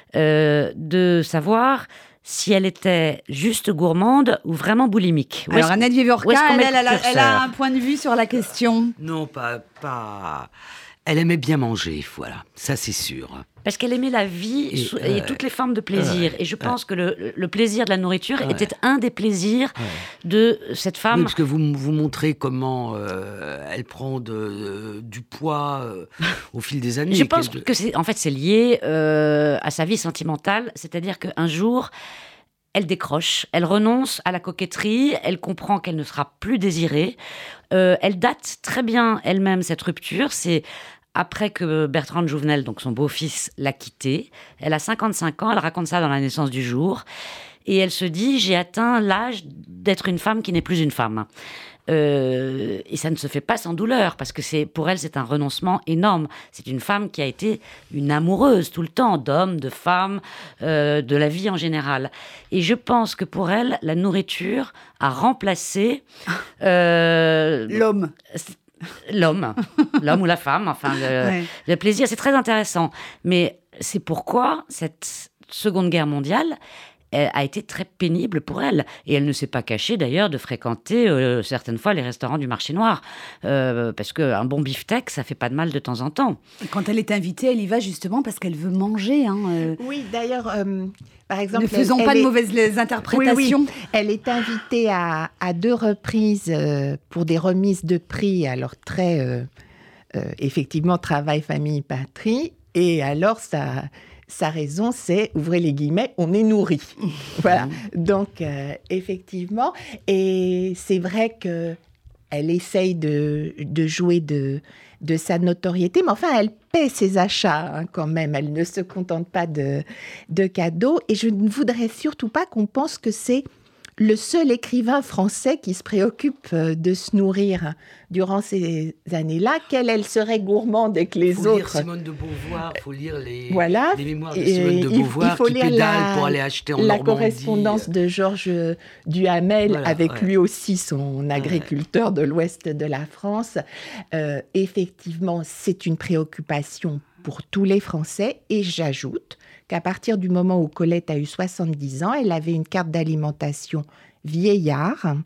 de savoir si elle était juste gourmande ou vraiment boulimique. Alors, Annette Vivorca, où est-ce qu'on met le elle a curseur un point de vue sur la question. Non, pas. Elle aimait bien manger, voilà. Ça, c'est sûr. Parce qu'elle aimait la vie et toutes les formes de plaisir. Et je pense que le plaisir de la nourriture était un des plaisirs de cette femme. Oui, parce que vous montrez comment elle prend du poids au fil des années. Je pense que c'est lié à sa vie sentimentale. C'est-à-dire qu'un jour, elle décroche, elle renonce à la coquetterie, elle comprend qu'elle ne sera plus désirée. Elle date très bien elle-même cette rupture. C'est après que Bertrand de Jouvenel, donc son beau-fils, l'a quittée. Elle a 55 ans, elle raconte ça dans La naissance du jour. Et elle se dit, j'ai atteint l'âge d'être une femme qui n'est plus une femme. Et ça ne se fait pas sans douleur, parce que pour elle, c'est un renoncement énorme. C'est une femme qui a été une amoureuse tout le temps, d'hommes, de femmes, de la vie en général. Et je pense que pour elle, la nourriture a remplacé... L'homme. L'homme ou la femme, enfin le plaisir, c'est très intéressant. Mais c'est pourquoi cette Seconde Guerre mondiale a été très pénible pour elle. Et elle ne s'est pas cachée d'ailleurs de fréquenter certaines fois les restaurants du marché noir. Parce qu'un bon beefsteak, ça fait pas de mal de temps en temps. Quand elle est invitée, elle y va justement parce qu'elle veut manger. Oui, d'ailleurs, par exemple... Ne faisons pas de mauvaises interprétations. Oui. Elle est invitée à 2 reprises pour des remises de prix, alors très, effectivement, travail, famille, patrie. Et alors, sa raison, c'est, ouvrez les guillemets, on est nourri. Voilà. Donc, effectivement, et c'est vrai qu'elle essaye de jouer de sa notoriété, mais enfin, elle paie ses achats quand même. Elle ne se contente pas de cadeaux. Et je ne voudrais surtout pas qu'on pense que c'est le seul écrivain français qui se préoccupe de se nourrir durant ces années-là. Elle serait gourmande que les autres. Il faut lire Simone de Beauvoir, il faut lire les mémoires de Et Simone de Beauvoir il faut qui lire pédale pour aller acheter en la Normandie. correspondance de Georges Duhamel avec lui aussi son agriculteur de l'ouest de la France. Effectivement, c'est une préoccupation pour tous les Français. Et j'ajoute qu'à partir du moment où Colette a eu 70 ans, elle avait une carte d'alimentation vieillard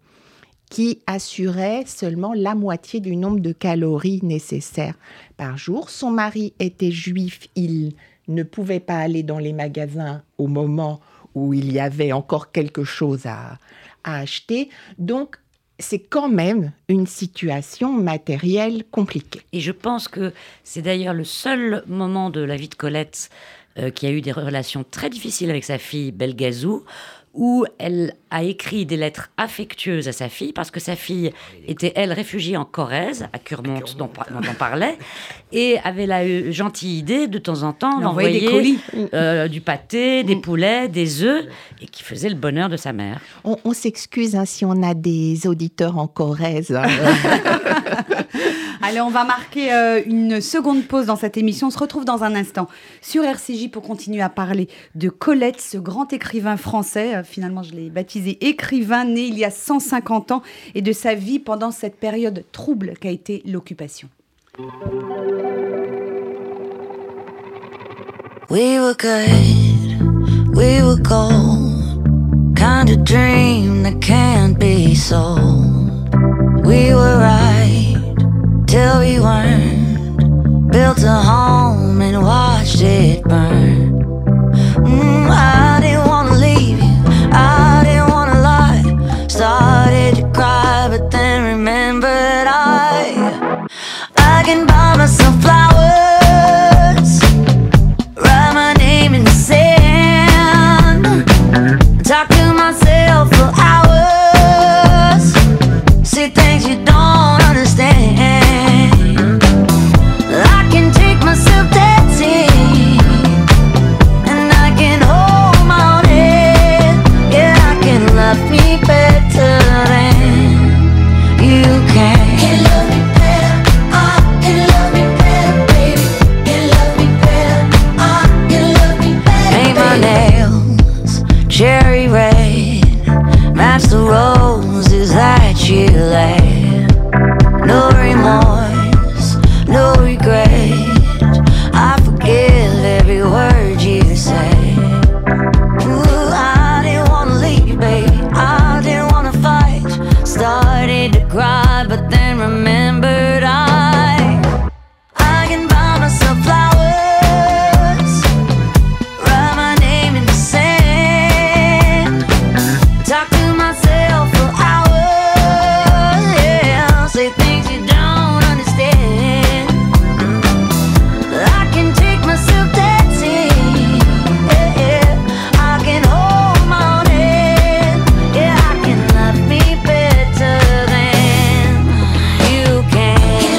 qui assurait seulement la moitié du nombre de calories nécessaires par jour. Son mari était juif, il ne pouvait pas aller dans les magasins au moment où il y avait encore quelque chose à acheter. Donc, c'est quand même une situation matérielle compliquée. Et je pense que c'est d'ailleurs le seul moment de la vie de Colette qui a eu des relations très difficiles avec sa fille Belgazou, où elle a écrit des lettres affectueuses à sa fille, parce que sa fille était, elle, réfugiée en Corrèze, à Curmonte, dont on parlait, et avait la gentille idée, de temps en temps, d'envoyer des colis. du pâté, des poulets, des œufs, et qui faisait le bonheur de sa mère. On s'excuse si on a des auditeurs en Corrèze. Allez, on va marquer une seconde pause dans cette émission. On se retrouve dans un instant sur RCJ pour continuer à parler de Colette, ce grand écrivain français. Finalement, je l'ai baptisé écrivain, né il y a 150 ans, et de sa vie pendant cette période trouble qu'a été l'occupation. We were good, we were gold, kind of dream that can't be sold. We were right till we weren't, built a home and watched it burn. I didn't wanna leave you, I didn't wanna lie. Started to cry, but then remembered I can buy myself flowers, write my name in the sand, talk to myself for hours, see things you don't understand. I can take myself dancing, and I can hold my feel that. No remorse, no regret. I forgive every word you say. Ooh, I didn't wanna leave, babe. I didn't wanna fight. Started to cry, but then remembered I can buy myself flowers, write my name in the sand, talk to myself for hours, yeah, say things you don't understand. I can take myself dancing, yeah, I can hold my own hand, yeah, I can love me better than you can.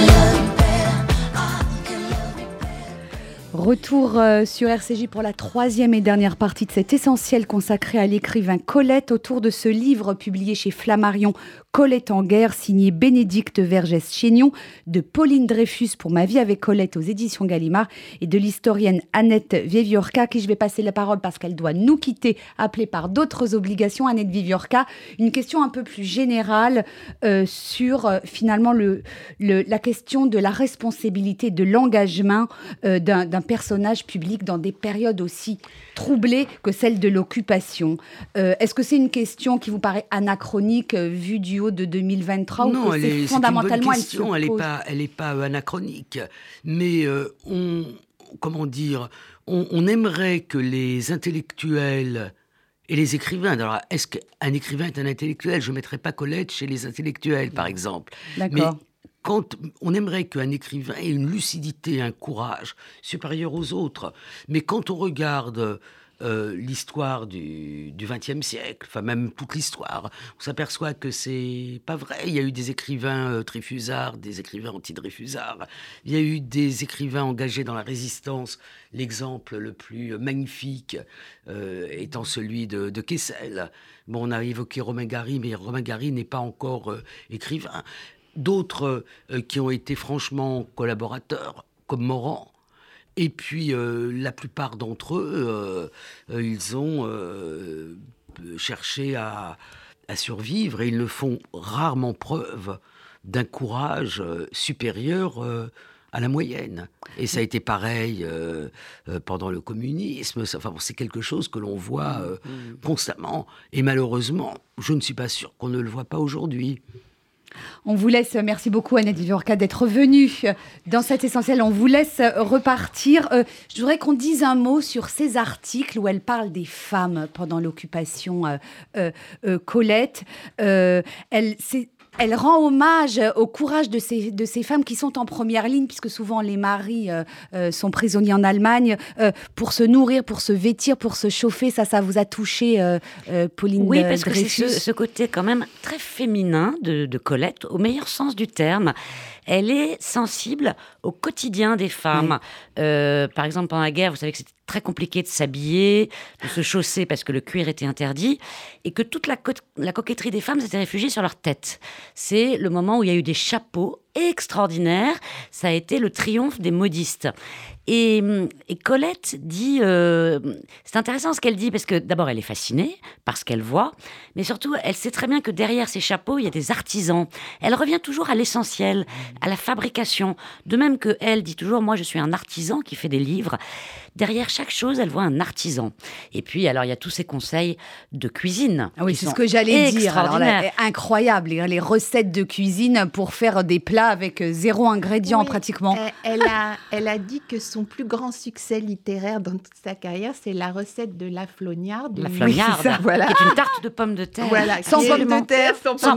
Retour sur RCJ pour la troisième et dernière partie de cet essentiel consacré à l'écrivain Colette autour de ce livre publié chez Flammarion, Colette en guerre, signé Bénédicte Vergès-Chénion, de Pauline Dreyfus pour Ma vie avec Colette aux éditions Gallimard et de l'historienne Annette Vieviorca, à qui je vais passer la parole parce qu'elle doit nous quitter, appelée par d'autres obligations. Annette Vieviorca, une question un peu plus générale sur finalement la question de la responsabilité, de l'engagement d'un personnage public dans des périodes aussi troublées que celle de l'occupation. Est-ce que c'est une question qui vous paraît anachronique vue du haut de 2023 non, ou que c'est fondamentalement une question, elle n'est pas anachronique, mais on aimerait que les intellectuels et les écrivains. Alors, est-ce qu'un écrivain est un intellectuel ? Je ne mettrais pas Colette chez les intellectuels, par exemple. D'accord. Mais quand on aimerait qu'un écrivain ait une lucidité, un courage supérieur aux autres, mais quand on regarde l'histoire du XXe siècle, enfin même toute l'histoire, on s'aperçoit que c'est pas vrai. Il y a eu des écrivains dreyfusards, des écrivains anti-dreyfusards, il y a eu des écrivains engagés dans la résistance. L'exemple le plus magnifique étant celui de Kessel. Bon, on a évoqué Romain Gary, mais Romain Gary n'est pas encore écrivain. D'autres qui ont été franchement collaborateurs, comme Morand. Et puis, la plupart d'entre eux, ils ont cherché à survivre et ils ne font rarement preuve d'un courage supérieur à la moyenne. Et ça a été pareil pendant le communisme. C'est quelque chose que l'on voit constamment. Et malheureusement, je ne suis pas sûr qu'on ne le voit pas aujourd'hui. On vous laisse, merci beaucoup Annette Vieviorca d'être venue dans cet essentiel. On vous laisse repartir. Je voudrais qu'on dise un mot sur ces articles où elle parle des femmes pendant l'occupation. Colette, elle rend hommage au courage de ces femmes qui sont en première ligne, puisque souvent les maris sont prisonniers en Allemagne, pour se nourrir, pour se vêtir, pour se chauffer. Ça vous a touché, Pauline Dreyfus ? Oui, parce que c'est ce côté quand même très féminin de Colette, au meilleur sens du terme. Elle est sensible au quotidien des femmes. Par exemple, pendant la guerre, vous savez que c'était très compliqué de s'habiller, de se chausser parce que le cuir était interdit, et que toute la coquetterie des femmes s'était réfugiée sur leur tête. C'est le moment où il y a eu des chapeaux extraordinaires. Ça a été le triomphe des modistes. Et Colette dit... c'est intéressant ce qu'elle dit, parce que d'abord, elle est fascinée par ce qu'elle voit, mais surtout, elle sait très bien que derrière ces chapeaux, il y a des artisans. Elle revient toujours à l'essentiel, à la fabrication. De même qu'elle dit toujours, moi, je suis un artisan qui fait des livres. Derrière chaque chose, elle voit un artisan. Et puis, alors, il y a tous ces conseils de cuisine. Ah oui, c'est ce que j'allais dire. Alors là, incroyable, les recettes de cuisine pour faire des plats avec zéro ingrédient pratiquement. Elle a dit que son plus grand succès littéraire dans toute sa carrière, c'est la recette de la flognarde. La flognarde, voilà. Qui est une tarte de pommes de terre. Voilà, sans pommes de terre,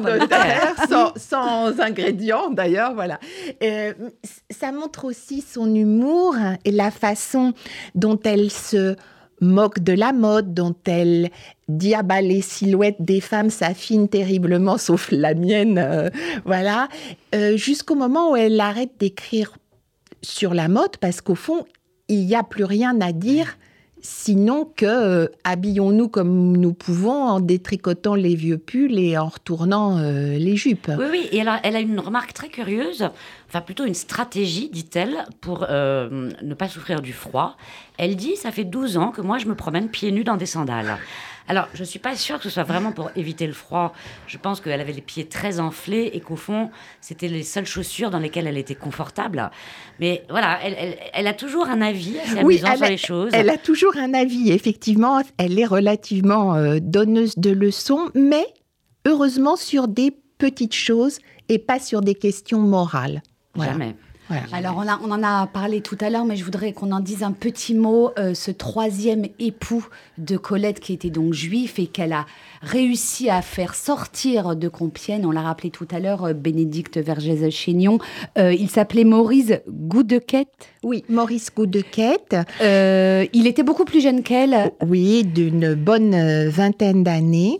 sans ingrédients d'ailleurs, voilà. Ça montre aussi son humour et la façon dont elle se moque de la mode, dont elle dit les silhouettes des femmes s'affinent terriblement, sauf la mienne, voilà, jusqu'au moment où elle arrête d'écrire sur la mode, parce qu'au fond, il n'y a plus rien à dire, sinon que habillons-nous comme nous pouvons en détricotant les vieux pulls et en retournant les jupes. Oui, et elle a une remarque très curieuse, enfin plutôt une stratégie, dit-elle, pour ne pas souffrir du froid. Elle dit, ça fait 12 ans que moi je me promène pieds nus dans des sandales. Alors, je ne suis pas sûre que ce soit vraiment pour éviter le froid. Je pense qu'elle avait les pieds très enflés et qu'au fond, c'était les seules chaussures dans lesquelles elle était confortable. Mais voilà, elle a toujours un avis assez amusant sur les choses. Elle a toujours un avis, effectivement. Elle est relativement donneuse de leçons, mais heureusement sur des petites choses et pas sur des questions morales. Voilà. Jamais. Voilà. Alors, on en a parlé tout à l'heure, mais je voudrais qu'on en dise un petit mot. Ce troisième époux de Colette, qui était donc juif et qu'elle a réussi à faire sortir de Compiègne, on l'a rappelé tout à l'heure, Bénédicte Vergès-Chaignon, il s'appelait Maurice Goudequette. Oui, Maurice Goudequette. Il était beaucoup plus jeune qu'elle. Oui, d'une bonne vingtaine d'années.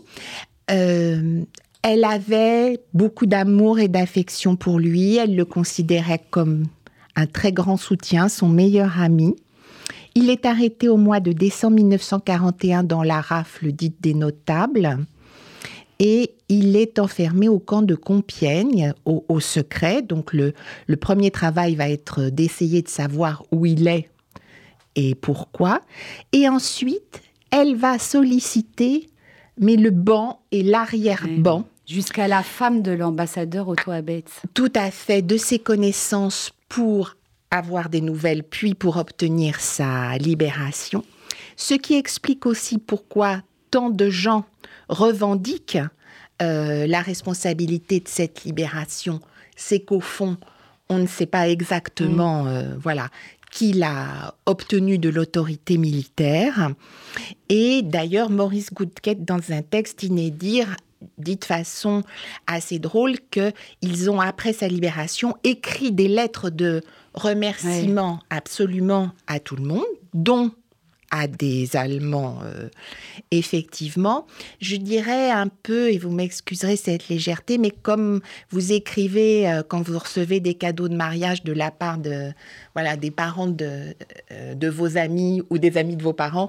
Elle avait beaucoup d'amour et d'affection pour lui. Elle le considérait comme un très grand soutien, son meilleur ami. Il est arrêté au mois de décembre 1941 dans la rafle dite des Notables. Et il est enfermé au camp de Compiègne, au secret. Donc le premier travail va être d'essayer de savoir où il est et pourquoi. Et ensuite, elle va solliciter, mais le banc et l'arrière-banc. Jusqu'à la femme de l'ambassadeur Otto Abetz. Tout à fait, de ses connaissances pour avoir des nouvelles, puis pour obtenir sa libération. Ce qui explique aussi pourquoi tant de gens revendiquent la responsabilité de cette libération. C'est qu'au fond, on ne sait pas exactement qui l'a obtenu de l'autorité militaire. Et d'ailleurs, Maurice Goudequette, dans un texte inédit, dit de façon assez drôle qu'ils ont, après sa libération, écrit des lettres de remerciement absolument à tout le monde, dont à des Allemands, effectivement. Je dirais un peu, et vous m'excuserez cette légèreté, mais comme vous écrivez quand vous recevez des cadeaux de mariage de la part des parents de vos amis ou des amis de vos parents,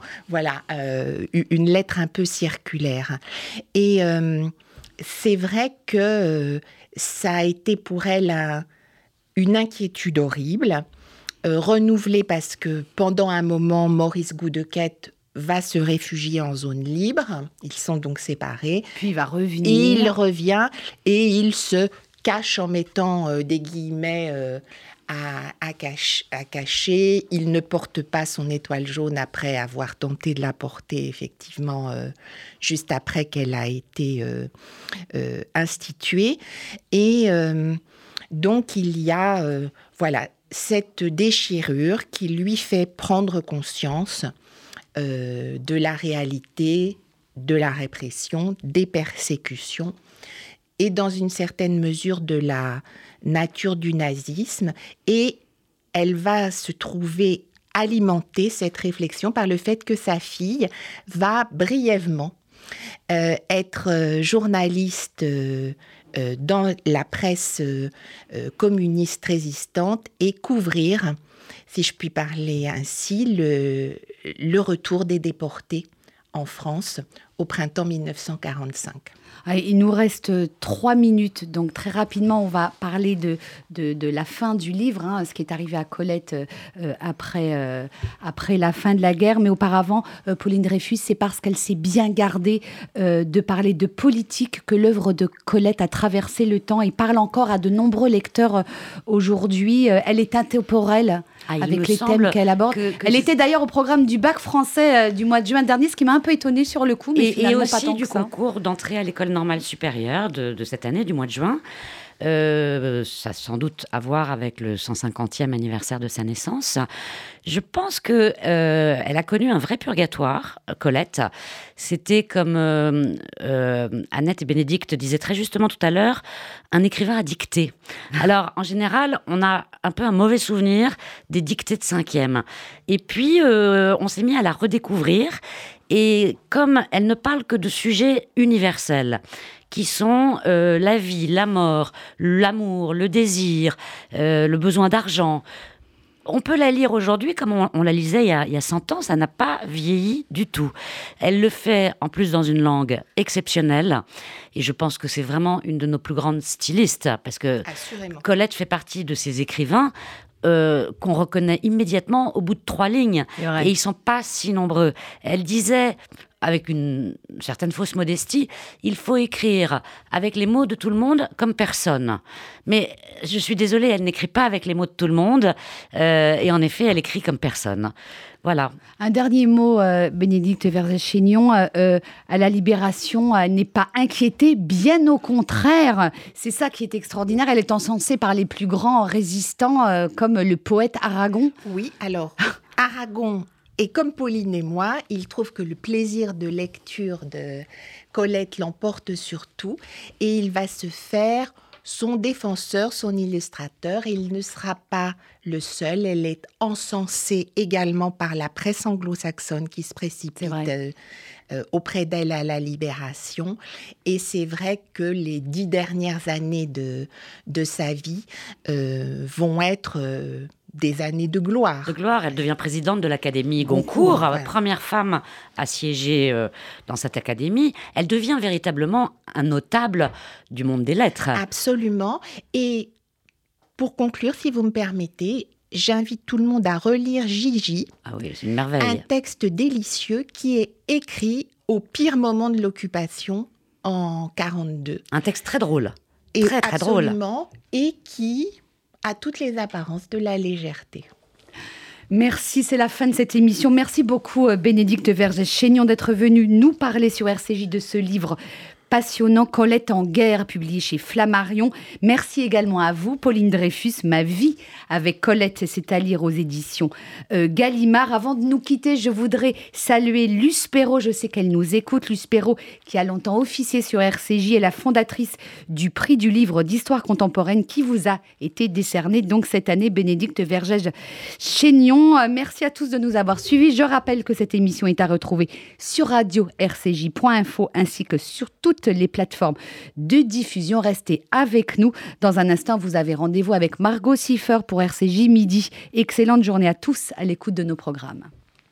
une lettre un peu circulaire. Et c'est vrai que ça a été pour elle une inquiétude horrible, renouvelée parce que pendant un moment, Maurice Goudequette va se réfugier en zone libre. Ils sont donc séparés. Puis il va revenir. Il revient et il se cache en mettant des guillemets à cacher. Il ne porte pas son étoile jaune après avoir tenté de la porter, effectivement, juste après qu'elle a été instituée. Et donc, il y a cette déchirure qui lui fait prendre conscience de la réalité, de la répression, des persécutions et dans une certaine mesure de la nature du nazisme. Et elle va se trouver alimenter cette réflexion par le fait que sa fille va brièvement être journaliste dans la presse communiste résistante et couvrir, si je puis parler ainsi, le retour des déportés en France au printemps 1945. Il nous reste 3 minutes, donc très rapidement, on va parler de la fin du livre, ce qui est arrivé à Colette après la fin de la guerre. Mais auparavant, Pauline Dreyfus, c'est parce qu'elle s'est bien gardée de parler de politique que l'œuvre de Colette a traversé le temps et parle encore à de nombreux lecteurs aujourd'hui. Elle est intemporelle avec les thèmes qu'elle aborde. Elle était d'ailleurs au programme du bac français du mois de juin dernier, ce qui m'a un peu étonnée sur le coup, mais finalement aussi pas tant du que ça. Concours d'entrée à l'école normale supérieure de cette année, du mois de juin. Ça a sans doute à voir avec le 150e anniversaire de sa naissance. Je pense que elle a connu un vrai purgatoire, Colette. C'était comme Annette et Bénédicte disaient très justement tout à l'heure, un écrivain à dicter. Alors, en général, on a un peu un mauvais souvenir des dictées de 5e. Et puis, on s'est mis à la redécouvrir. Et comme elle ne parle que de sujets universels, qui sont la vie, la mort, l'amour, le désir, le besoin d'argent. On peut la lire aujourd'hui comme on la lisait il y a 100 ans, ça n'a pas vieilli du tout. Elle le fait en plus dans une langue exceptionnelle et je pense que c'est vraiment une de nos plus grandes stylistes parce que Assurément. Colette fait partie de ces écrivains qu'on reconnaît immédiatement au bout de 3 lignes. Et ils ne sont pas si nombreux. Elle disait avec une certaine fausse modestie, il faut écrire avec les mots de tout le monde comme personne. Mais je suis désolée, elle n'écrit pas avec les mots de tout le monde, et en effet, elle écrit comme personne. Voilà. Un dernier mot, Bénédicte Vergès-Chaignon. À la Libération, elle n'est pas inquiétée, bien au contraire. C'est ça qui est extraordinaire. Elle est encensée par les plus grands résistants, comme le poète Aragon. Oui, alors, Aragon, et comme Pauline et moi, il trouve que le plaisir de lecture de Colette l'emporte sur tout, et il va se faire son défenseur, son illustrateur, et il ne sera pas le seul. Elle est encensée également par la presse anglo-saxonne qui se précipite auprès d'elle à la Libération. Et c'est vrai que les 10 dernières années de sa vie vont être des années de gloire. De gloire, elle devient présidente de l'Académie Goncourt, ouais. Première femme à siéger dans cette académie. Elle devient véritablement un notable du monde des lettres. Absolument. Et pour conclure, si vous me permettez, j'invite tout le monde à relire Gigi. Ah oui, c'est une merveille. Un texte délicieux qui est écrit au pire moment de l'occupation en 1942. Un texte très drôle. Et très, très drôle. Absolument. Et qui a toutes les apparences de la légèreté. Merci, c'est la fin de cette émission. Merci beaucoup, Bénédicte Vergès-Chaignon, d'être venue nous parler sur RCJ de ce livre passionnant, Colette en guerre, publié chez Flammarion. Merci également à vous, Pauline Dreyfus, Ma vie avec Colette, c'est à lire aux éditions Gallimard. Avant de nous quitter, je voudrais saluer Luce Perrault, je sais qu'elle nous écoute, Luce Perrault qui a longtemps officié sur RCJ, est la fondatrice du prix du livre d'histoire contemporaine qui vous a été décerné donc cette année, Bénédicte Vergès-Chaignon. Merci à tous de nous avoir suivis. Je rappelle que cette émission est à retrouver sur radio-rcj.info ainsi que sur toutes les plateformes de diffusion. Restez avec nous. Dans un instant, vous avez rendez-vous avec Margot Siffer pour RCJ Midi. Excellente journée à tous à l'écoute de nos programmes.